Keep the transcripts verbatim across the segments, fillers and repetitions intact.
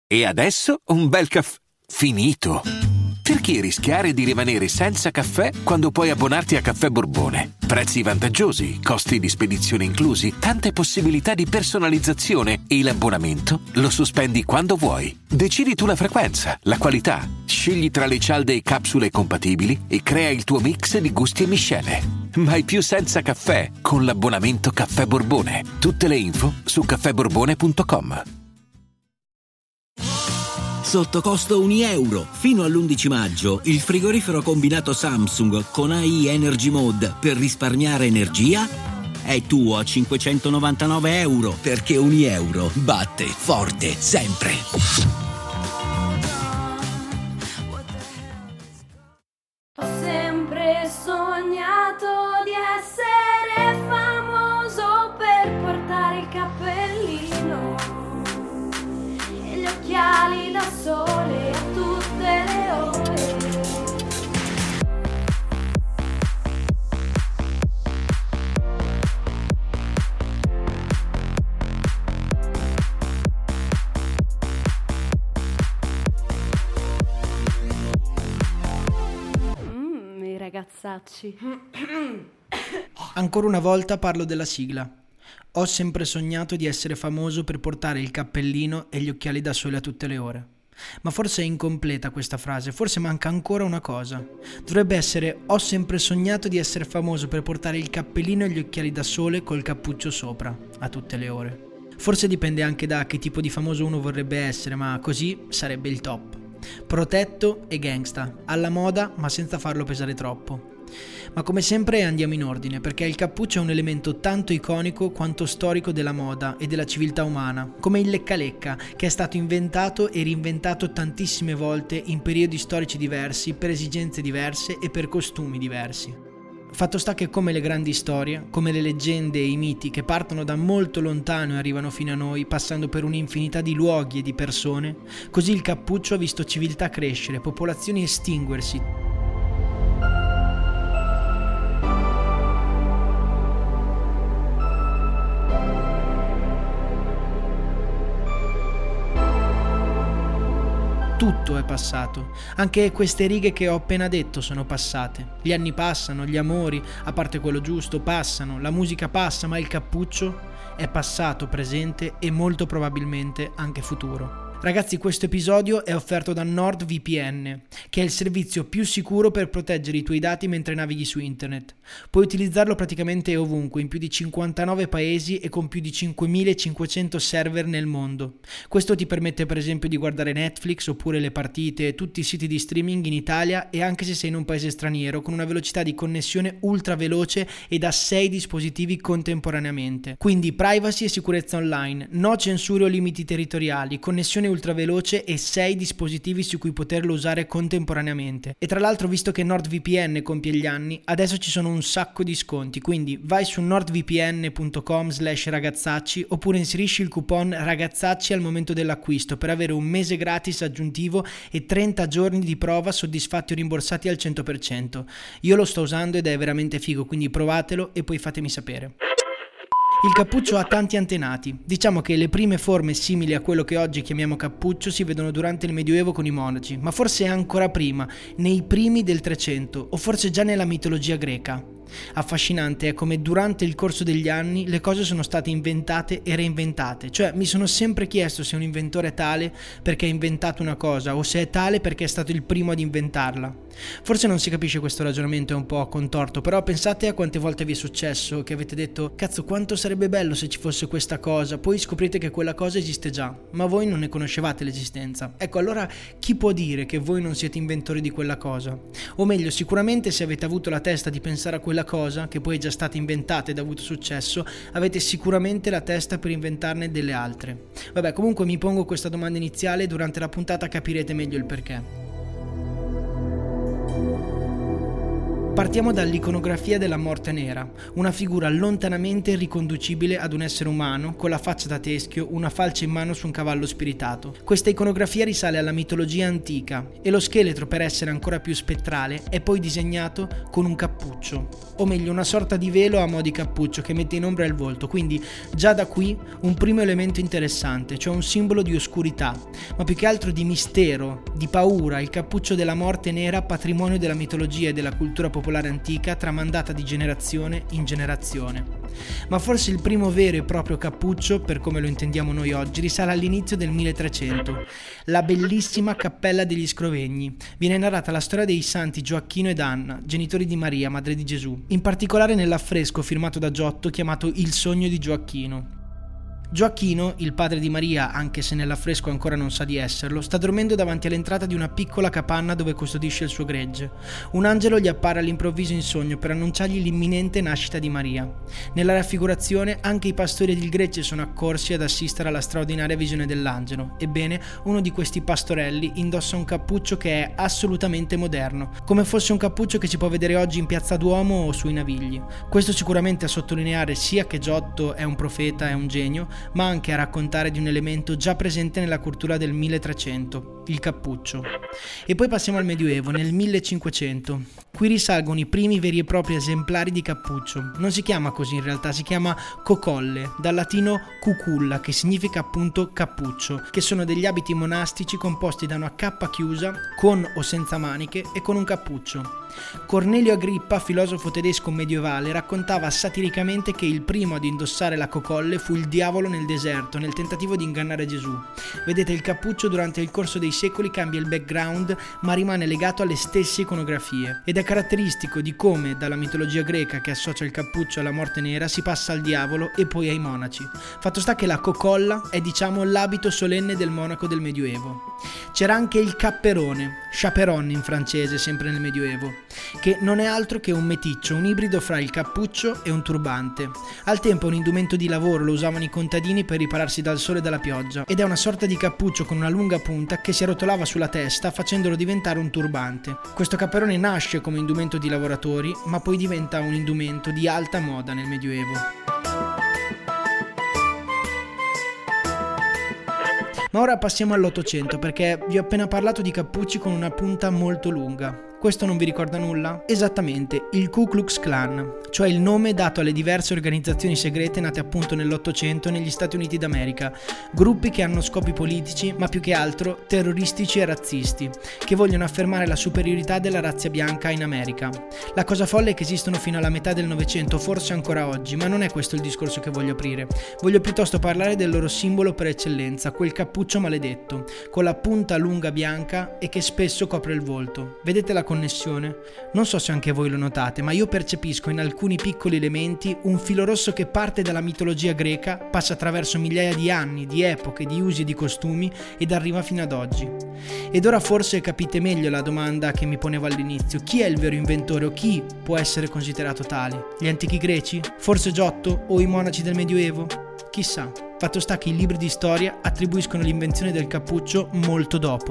E adesso un bel caffè finito. Perché rischiare di rimanere senza caffè quando puoi abbonarti a Caffè Borbone? Prezzi vantaggiosi, costi di spedizione inclusi, tante possibilità di personalizzazione e l'abbonamento lo sospendi quando vuoi. Decidi tu la frequenza, la qualità, scegli tra le cialde e capsule compatibili e crea il tuo mix di gusti e miscele. Mai più senza caffè con l'abbonamento Caffè Borbone. Tutte le info su caffè borbone punto com. Sotto costo un euro. Fino all'undici maggio il frigorifero combinato Samsung con A I Energy Mode per risparmiare energia è tuo a cinquecentonovantanove euro, perché un euro batte forte sempre. Ho sempre sognato di essere famoso per portare il cappellino e gli occhiali da sole a tutte le ore. Mmm, i ragazzacci. Ancora una volta parlo della sigla. Ho sempre sognato di essere famoso per portare il cappellino e gli occhiali da sole a tutte le ore. Ma forse è incompleta questa frase, forse manca ancora una cosa. Dovrebbe essere: ho sempre sognato di essere famoso per portare il cappellino e gli occhiali da sole col cappuccio sopra, a tutte le ore. Forse dipende anche da che tipo di famoso uno vorrebbe essere, ma così sarebbe il top. Protetto e gangsta, alla moda ma senza farlo pesare troppo. Ma come sempre andiamo in ordine, perché il cappuccio è un elemento tanto iconico quanto storico della moda e della civiltà umana, come il lecca-lecca, che è stato inventato e reinventato tantissime volte in periodi storici diversi, per esigenze diverse e per costumi diversi. Fatto sta che, come le grandi storie, come le leggende e i miti che partono da molto lontano e arrivano fino a noi, passando per un'infinità di luoghi e di persone, così il cappuccio ha visto civiltà crescere, popolazioni estinguersi. Tutto è passato, anche queste righe che ho appena detto sono passate. Gli anni passano, gli amori, a parte quello giusto, passano, la musica passa, ma il cappuccio è passato, presente e molto probabilmente anche futuro. Ragazzi, questo episodio è offerto da NordVPN, che è il servizio più sicuro per proteggere i tuoi dati mentre navighi su internet. Puoi utilizzarlo praticamente ovunque, in più di cinquantanove paesi e con più di cinquemilacinquecento server nel mondo. Questo ti permette per esempio di guardare Netflix oppure le partite e tutti i siti di streaming in Italia, e anche se sei in un paese straniero, con una velocità di connessione ultra veloce e da sei dispositivi contemporaneamente. Quindi privacy e sicurezza online, no censure o limiti territoriali, connessione ultraveloce e sei dispositivi su cui poterlo usare contemporaneamente. E tra l'altro, visto che NordVPN compie gli anni, adesso ci sono un sacco di sconti, quindi vai su nordvpn punto com slash ragazzacci oppure inserisci il coupon ragazzacci al momento dell'acquisto per avere un mese gratis aggiuntivo e trenta giorni di prova soddisfatti o rimborsati al cento per cento. Io lo sto usando ed è veramente figo, quindi provatelo e poi fatemi sapere. Il cappuccio ha tanti antenati. Diciamo che le prime forme simili a quello che oggi chiamiamo cappuccio si vedono durante il Medioevo con i monaci, ma forse ancora prima, nei primi del trecento o forse già nella mitologia greca. Affascinante è come durante il corso degli anni le cose sono state inventate e reinventate, cioè mi sono sempre chiesto se un inventore è tale perché ha inventato una cosa o se è tale perché è stato il primo ad inventarla. Forse non si capisce questo ragionamento, è un po' contorto, però pensate a quante volte vi è successo che avete detto: cazzo, quanto sarebbe bello se ci fosse questa cosa, poi scoprite che quella cosa esiste già, ma voi non ne conoscevate l'esistenza. Ecco, allora chi può dire che voi non siete inventori di quella cosa? O meglio, sicuramente se avete avuto la testa di pensare a quella cosa, che poi è già stata inventata ed ha avuto successo, avete sicuramente la testa per inventarne delle altre. Vabbè, comunque mi pongo questa domanda iniziale e durante la puntata capirete meglio il perché. Partiamo dall'iconografia della morte nera, una figura lontanamente riconducibile ad un essere umano con la faccia da teschio, una falce in mano su un cavallo spiritato. Questa iconografia risale alla mitologia antica e lo scheletro, per essere ancora più spettrale, è poi disegnato con un cappuccio, o meglio una sorta di velo a mo' di cappuccio che mette in ombra il volto, quindi già da qui un primo elemento interessante, cioè un simbolo di oscurità, ma più che altro di mistero, di paura, il cappuccio della morte nera, patrimonio della mitologia e della cultura popolare antica, tramandata di generazione in generazione. Ma forse il primo vero e proprio cappuccio, per come lo intendiamo noi oggi, risale all'inizio del milletrecento, la bellissima Cappella degli Scrovegni. Viene narrata la storia dei santi Gioacchino ed Anna, genitori di Maria, madre di Gesù, in particolare nell'affresco firmato da Giotto chiamato Il sogno di Gioacchino. Gioacchino, il padre di Maria, anche se nell'affresco ancora non sa di esserlo, sta dormendo davanti all'entrata di una piccola capanna dove custodisce il suo gregge. Un angelo gli appare all'improvviso in sogno per annunciargli l'imminente nascita di Maria. Nella raffigurazione anche i pastori ed il gregge sono accorsi ad assistere alla straordinaria visione dell'angelo. Ebbene, uno di questi pastorelli indossa un cappuccio che è assolutamente moderno, come fosse un cappuccio che si può vedere oggi in Piazza Duomo o sui Navigli. Questo sicuramente a sottolineare sia che Giotto è un profeta e un genio, ma anche a raccontare di un elemento già presente nella cultura del milletrecento, il cappuccio. E poi passiamo al Medioevo, nel millecinquecento. Qui risalgono i primi veri e propri esemplari di cappuccio. Non si chiama così in realtà, si chiama cocolle, dal latino cuculla, che significa appunto cappuccio, che sono degli abiti monastici composti da una cappa chiusa, con o senza maniche e con un cappuccio. Cornelio Agrippa, filosofo tedesco medievale, raccontava satiricamente che il primo ad indossare la cocolle fu il diavolo nel deserto, nel tentativo di ingannare Gesù. Vedete, il cappuccio durante il corso dei secoli cambia il background, ma rimane legato alle stesse iconografie, ed è caratteristico di come dalla mitologia greca, che associa il cappuccio alla morte nera, si passa al diavolo e poi ai monaci. Fatto sta che la cocolla è, diciamo, l'abito solenne del monaco del Medioevo. C'era anche il capperone, chaperon in francese, sempre nel Medioevo, che non è altro che un meticcio, un ibrido fra il cappuccio e un turbante. Al tempo un indumento di lavoro, lo usavano i contadini per ripararsi dal sole e dalla pioggia, ed è una sorta di cappuccio con una lunga punta che si arrotolava sulla testa facendolo diventare un turbante. Questo capperone nasce come indumento di lavoratori, ma poi diventa un indumento di alta moda nel Medioevo. Ma ora passiamo all'Ottocento, perché vi ho appena parlato di cappucci con una punta molto lunga. Questo non vi ricorda nulla? Esattamente, il Ku Klux Klan, cioè il nome dato alle diverse organizzazioni segrete nate appunto nell'Ottocento negli Stati Uniti d'America, gruppi che hanno scopi politici, ma più che altro terroristici e razzisti, che vogliono affermare la superiorità della razza bianca in America. La cosa folle è che esistono fino alla metà del Novecento, forse ancora oggi, ma non è questo il discorso che voglio aprire. Voglio piuttosto parlare del loro simbolo per eccellenza, quel cappuccio maledetto, con la punta lunga bianca e che spesso copre il volto. Vedete la connessione? Non so se anche voi lo notate, ma io percepisco in alcuni piccoli elementi un filo rosso che parte dalla mitologia greca, passa attraverso migliaia di anni, di epoche, di usi e di costumi ed arriva fino ad oggi. Ed ora forse capite meglio la domanda che mi ponevo all'inizio: chi è il vero inventore o chi può essere considerato tale? Gli antichi greci? Forse Giotto o i monaci del Medioevo? Chissà. Fatto sta che i libri di storia attribuiscono l'invenzione del cappuccio molto dopo.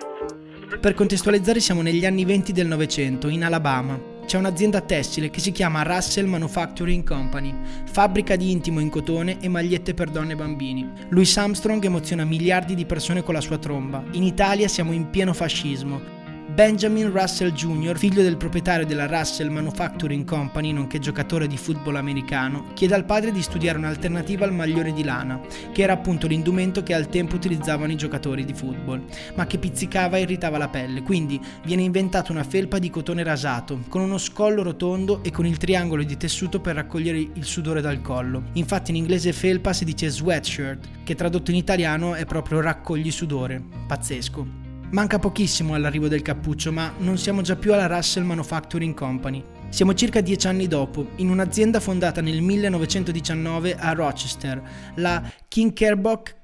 Per contestualizzare, siamo negli anni venti del Novecento, in Alabama. C'è un'azienda tessile che si chiama Russell Manufacturing Company, fabbrica di intimo in cotone e magliette per donne e bambini. Louis Armstrong emoziona miliardi di persone con la sua tromba. In Italia siamo in pieno fascismo. Benjamin Russell Junior, figlio del proprietario della Russell Manufacturing Company, nonché giocatore di football americano, chiede al padre di studiare un'alternativa al maglione di lana, che era appunto l'indumento che al tempo utilizzavano i giocatori di football, ma che pizzicava e irritava la pelle. Quindi viene inventata una felpa di cotone rasato, con uno scollo rotondo e con il triangolo di tessuto per raccogliere il sudore dal collo. Infatti in inglese felpa si dice sweatshirt, che tradotto in italiano è proprio raccogli sudore. Pazzesco. Manca pochissimo all'arrivo del cappuccio, ma non siamo già più alla Russell Manufacturing Company. Siamo circa dieci anni dopo, in un'azienda fondata nel millenovecentodiciannove a Rochester, la Knickerbocker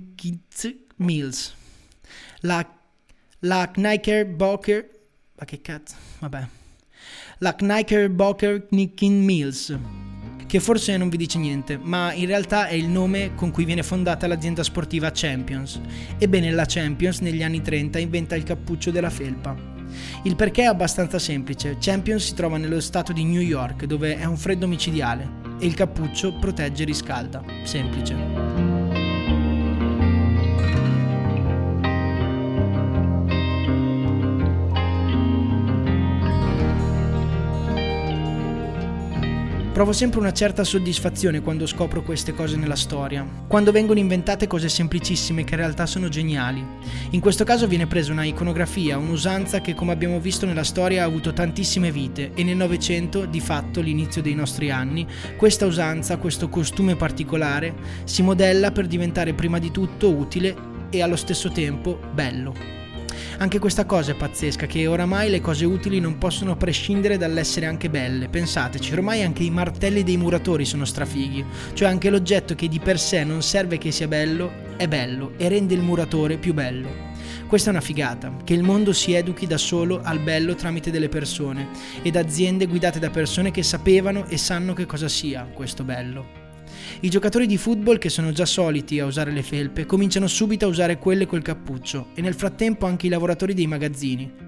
Mills. La, la Knickerbocker... Ma che cazzo? Vabbè. La Knickerbocker Mills, che forse non vi dice niente, ma in realtà è il nome con cui viene fondata l'azienda sportiva Champions. Ebbene, la Champions negli anni trenta inventa il cappuccio della felpa. Il perché è abbastanza semplice. Champions si trova nello stato di New York, dove è un freddo micidiale, e il cappuccio protegge e riscalda. Semplice. Provo sempre una certa soddisfazione quando scopro queste cose nella storia, quando vengono inventate cose semplicissime che in realtà sono geniali. In questo caso viene presa una iconografia, un'usanza che, come abbiamo visto nella storia, ha avuto tantissime vite, e nel Novecento, di fatto l'inizio dei nostri anni, questa usanza, questo costume particolare, si modella per diventare prima di tutto utile e allo stesso tempo bello. Anche questa cosa è pazzesca, che oramai le cose utili non possono prescindere dall'essere anche belle. Pensateci, ormai anche i martelli dei muratori sono strafighi, cioè anche l'oggetto che di per sé non serve che sia bello, è bello e rende il muratore più bello. Questa è una figata, che il mondo si educhi da solo al bello tramite delle persone ed aziende guidate da persone che sapevano e sanno che cosa sia questo bello. I giocatori di football, che sono già soliti a usare le felpe, cominciano subito a usare quelle col cappuccio, e nel frattempo anche i lavoratori dei magazzini.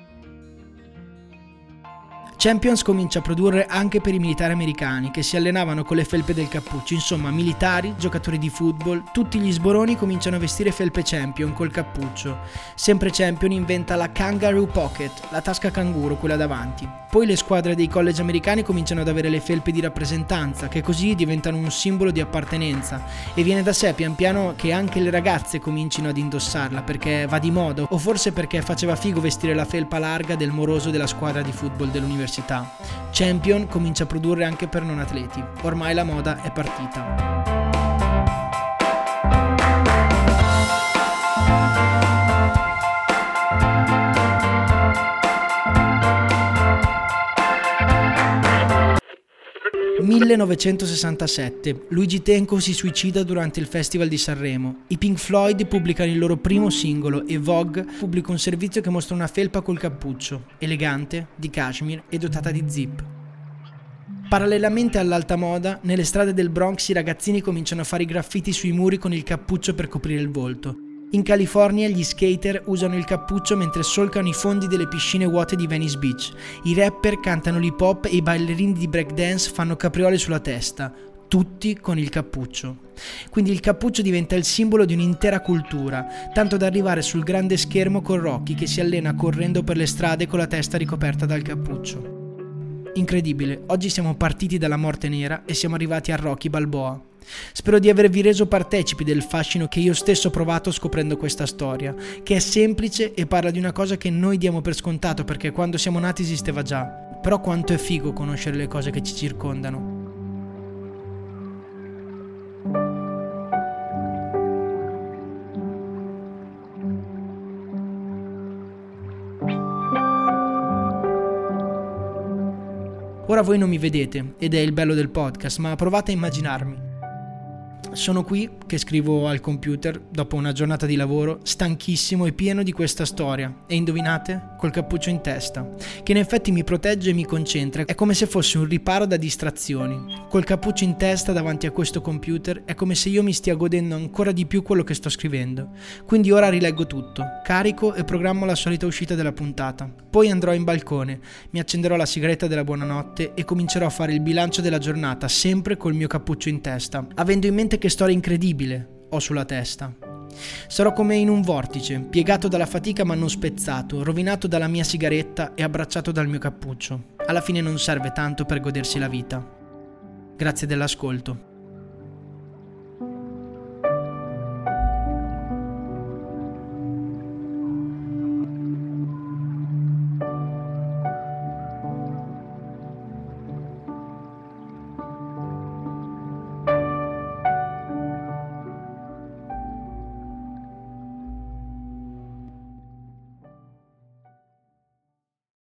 Champions comincia a produrre anche per i militari americani, che si allenavano con le felpe del cappuccio. Insomma, militari, giocatori di football, tutti gli sboroni cominciano a vestire felpe Champion col cappuccio. Sempre Champion inventa la Kangaroo Pocket, la tasca canguro, quella davanti. Poi le squadre dei college americani cominciano ad avere le felpe di rappresentanza, che così diventano un simbolo di appartenenza, e viene da sé pian piano che anche le ragazze comincino ad indossarla, perché va di moda, o forse perché faceva figo vestire la felpa larga del moroso della squadra di football dell'università. Champion comincia a produrre anche per non atleti. Ormai la moda è partita. millenovecentosessantasette. Luigi Tenco si suicida durante il Festival di Sanremo. I Pink Floyd pubblicano il loro primo singolo e Vogue pubblica un servizio che mostra una felpa col cappuccio, elegante, di cashmere e dotata di zip. Parallelamente all'alta moda, nelle strade del Bronx i ragazzini cominciano a fare i graffiti sui muri con il cappuccio per coprire il volto. In California gli skater usano il cappuccio mentre solcano i fondi delle piscine vuote di Venice Beach. I rapper cantano l'hip hop e i ballerini di breakdance fanno capriole sulla testa, tutti con il cappuccio. Quindi il cappuccio diventa il simbolo di un'intera cultura, tanto da arrivare sul grande schermo con Rocky che si allena correndo per le strade con la testa ricoperta dal cappuccio. Incredibile, oggi siamo partiti dalla morte nera e siamo arrivati a Rocky Balboa. Spero di avervi reso partecipi del fascino che io stesso ho provato scoprendo questa storia, che è semplice e parla di una cosa che noi diamo per scontato perché quando siamo nati esisteva già. Però quanto è figo conoscere le cose che ci circondano. Ora voi non mi vedete, ed è il bello del podcast, ma provate a immaginarmi. Sono qui che scrivo al computer dopo una giornata di lavoro, stanchissimo e pieno di questa storia, e indovinate? Col cappuccio in testa, che in effetti mi protegge e mi concentra, è come se fosse un riparo da distrazioni. Col cappuccio in testa davanti a questo computer è come se io mi stia godendo ancora di più quello che sto scrivendo. Quindi ora rileggo tutto, carico e programmo la solita uscita della puntata. Poi andrò in balcone, mi accenderò la sigaretta della buonanotte e comincerò a fare il bilancio della giornata, sempre col mio cappuccio in testa, avendo in mente che storia incredibile ho sulla testa. Sarò come in un vortice, piegato dalla fatica ma non spezzato, rovinato dalla mia sigaretta e abbracciato dal mio cappuccio. Alla fine non serve tanto per godersi la vita. Grazie dell'ascolto.